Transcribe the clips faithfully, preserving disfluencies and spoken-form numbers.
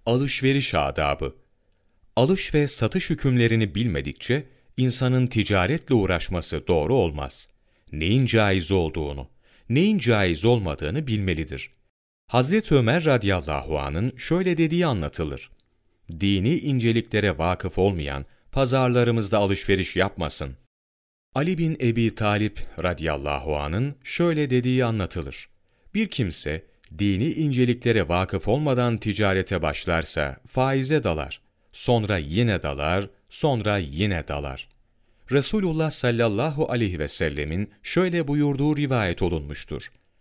Alışveriş adabı. Alış ve satış hükümlerini bilmedikçe insanın ticaretle uğraşması doğru olmaz. Neyin caiz olduğunu, neyin caiz olmadığını bilmelidir. Hazreti Ömer radıyallahu anh'ın şöyle dediği anlatılır: Dini inceliklere vakıf olmayan pazarlarımızda alışveriş yapmasın. Ali bin Ebi Talip radıyallahu anh'ın şöyle dediği anlatılır: Bir kimse dini inceliklere vakıf olmadan ticarete başlarsa faize dalar, sonra yine dalar, sonra yine dalar. Resulullah sallallahu aleyhi ve sellemin şöyle buyurduğu rivayet olunmuştur: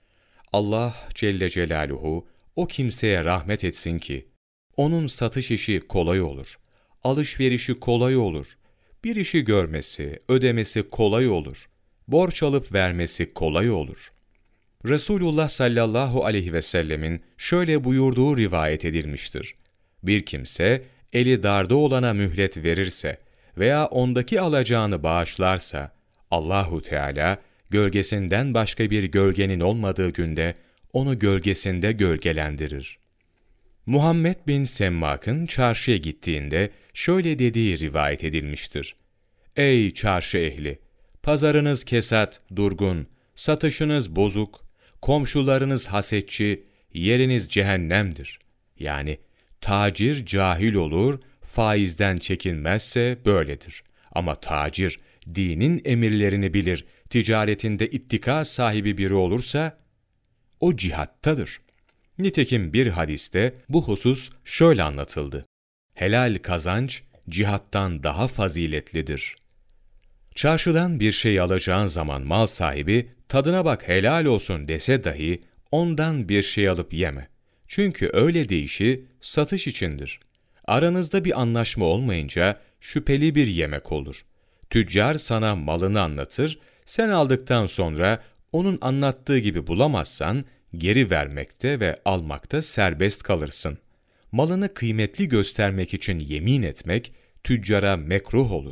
Allah Celle Celaluhu o kimseye rahmet etsin ki, onun satış işi kolay olur, alışverişi kolay olur, bir işi görmesi, ödemesi kolay olur, borç alıp vermesi kolay olur. Resulullah sallallahu aleyhi ve sellemin şöyle buyurduğu rivayet edilmiştir: Bir kimse eli darda olana mühlet verirse veya ondaki alacağını bağışlarsa, Allahu Teala gölgesinden başka bir gölgenin olmadığı günde onu gölgesinde gölgelendirir. Muhammed bin Semmak'ın çarşıya gittiğinde şöyle dediği rivayet edilmiştir: Ey çarşı ehli! Pazarınız kesat, durgun, satışınız bozuk, komşularınız hasetçi, yeriniz cehennemdir. Yani tacir cahil olur, faizden çekinmezse böyledir. Ama tacir, dinin emirlerini bilir, ticaretinde ittika sahibi biri olursa, o cihattadır. Nitekim bir hadiste bu husus şöyle anlatıldı: Helal kazanç, cihattan daha faziletlidir. Çarşıdan bir şey alacağın zaman mal sahibi, tadına bak helal olsun dese dahi, ondan bir şey alıp yeme. Çünkü öyle deyişi satış içindir. Aranızda bir anlaşma olmayınca şüpheli bir yemek olur. Tüccar sana malını anlatır, sen aldıktan sonra onun anlattığı gibi bulamazsan, geri vermekte ve almakta serbest kalırsın. Malını kıymetli göstermek için yemin etmek, tüccara mekruh olur.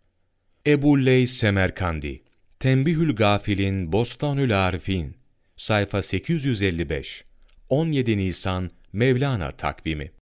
Ebu Leys Semerkandi, Tembihül Gafilin Bostanül Arifin, sayfa sekiz yüz elli beş, on yedi Nisan Mevlana takvimi.